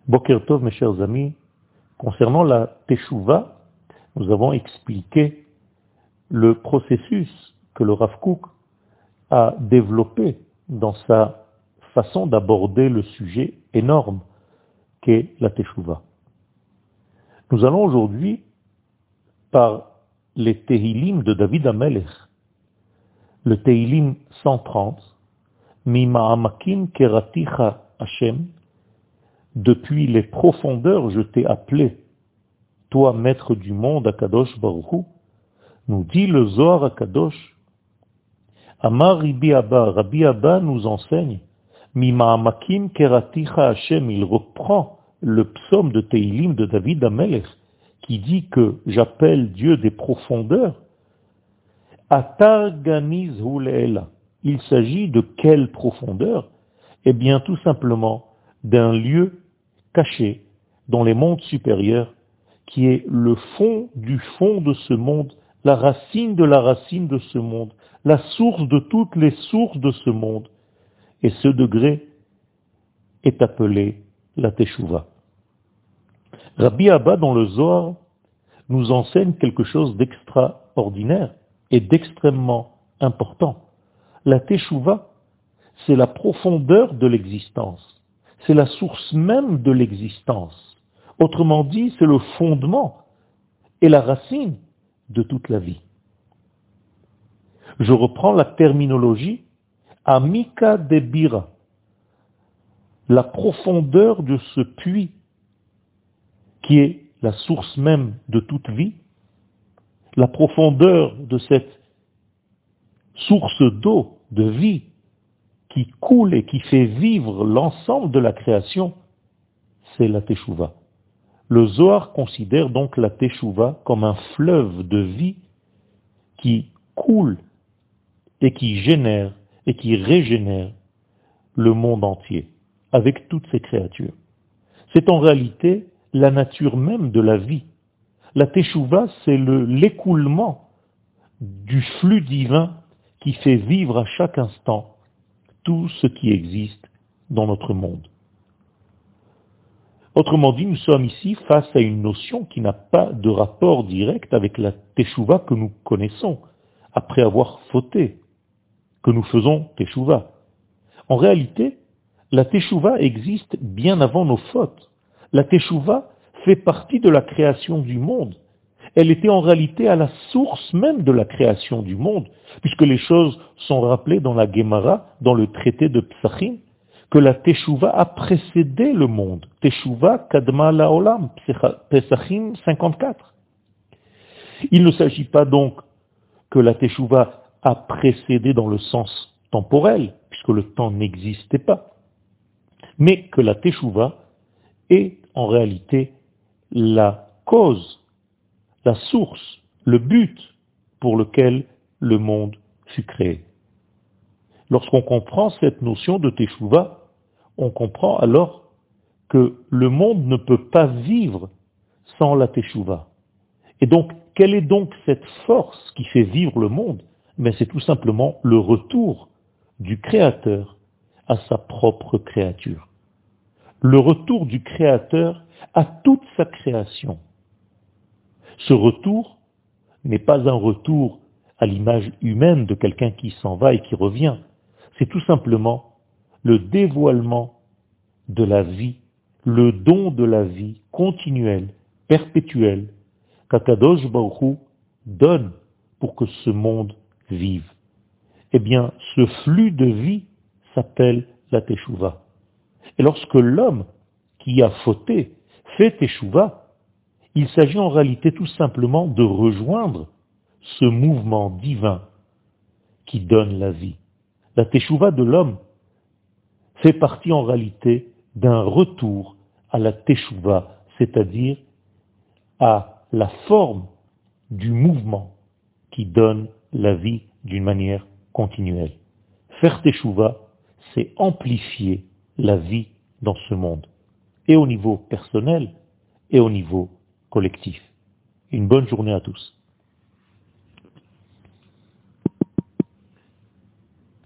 Boker Tov, mes chers amis, concernant la Teshuvah, nous avons expliqué le processus que le Rav Kook a développé dans sa façon d'aborder le sujet énorme qu'est la Teshuvah. Nous allons aujourd'hui, par les Tehilim de David HaMelech, le Tehilim 130, Mima'amakim keraticha Hashem, depuis les profondeurs je t'ai appelé, toi maître du monde, Akadosh Baruch Hu, nous dit le Zohar Akadosh. Amar Rabbi Abba nous enseigne, Mima'amakim keraticha Hashem, il reprend le psaume de Tehilim de David HaMelech, qui dit que j'appelle Dieu des profondeurs. Atar ganiz hu le'ela. Il s'agit de quelle profondeur? Eh bien, tout simplement, d'un lieu caché dans les mondes supérieurs, qui est le fond du fond de ce monde, la racine de la racine de ce monde, la source de toutes les sources de ce monde. Et ce degré est appelé la Teshuvah. Rabbi Abba, dans le Zohar, nous enseigne quelque chose d'extraordinaire et d'extrêmement important. La Teshuvah, c'est la profondeur de l'existence. C'est la source même de l'existence. Autrement dit, c'est le fondement et la racine de toute la vie. Je reprends la terminologie Amika Debira, la profondeur de ce puits qui est la source même de toute vie, la profondeur de cette source d'eau, de vie, qui coule et qui fait vivre l'ensemble de la création, c'est la Teshuvah. Le Zohar considère donc la Teshuvah comme un fleuve de vie qui coule et qui génère et qui régénère le monde entier, avec toutes ses créatures. C'est en réalité la nature même de la vie. La Teshuvah, c'est l'écoulement du flux divin qui fait vivre à chaque instant tout ce qui existe dans notre monde. Autrement dit, nous sommes ici face à une notion qui n'a pas de rapport direct avec la Teshuvah que nous connaissons, après avoir fauté, que nous faisons Teshuvah. En réalité, la Teshuvah existe bien avant nos fautes. La Teshuvah fait partie de la création du monde. Elle était en réalité à la source même de la création du monde, puisque les choses sont rappelées dans la Gemara, dans le traité de Psachim, que la Teshuvah a précédé le monde. Teshuvah kadma laolam, Psachim 54. Il ne s'agit pas donc que la Teshuvah a précédé dans le sens temporel, puisque le temps n'existait pas, mais que la Teshuvah est en réalité la cause, la source, le but pour lequel le monde fut créé. Lorsqu'on comprend cette notion de Teshuvah, on comprend alors que le monde ne peut pas vivre sans la Teshuvah. Et donc, quelle est donc cette force qui fait vivre le monde? Mais c'est tout simplement le retour du Créateur à sa propre créature. Le retour du Créateur à toute sa création. Ce retour n'est pas un retour à l'image humaine de quelqu'un qui s'en va et qui revient. C'est tout simplement le dévoilement de la vie, le don de la vie continuelle, perpétuelle, qu'Akadosh Baruch Hu donne pour que ce monde vive. Eh bien, ce flux de vie s'appelle la Teshuvah. Et lorsque l'homme qui a fauté fait Teshuvah, il s'agit en réalité tout simplement de rejoindre ce mouvement divin qui donne la vie. La Teshuvah de l'homme fait partie en réalité d'un retour à la Teshuvah, c'est-à-dire à la forme du mouvement qui donne la vie d'une manière continuelle. Faire Teshuvah, c'est amplifier la vie dans ce monde, et au niveau personnel, et au niveau collectif. Une bonne journée à tous.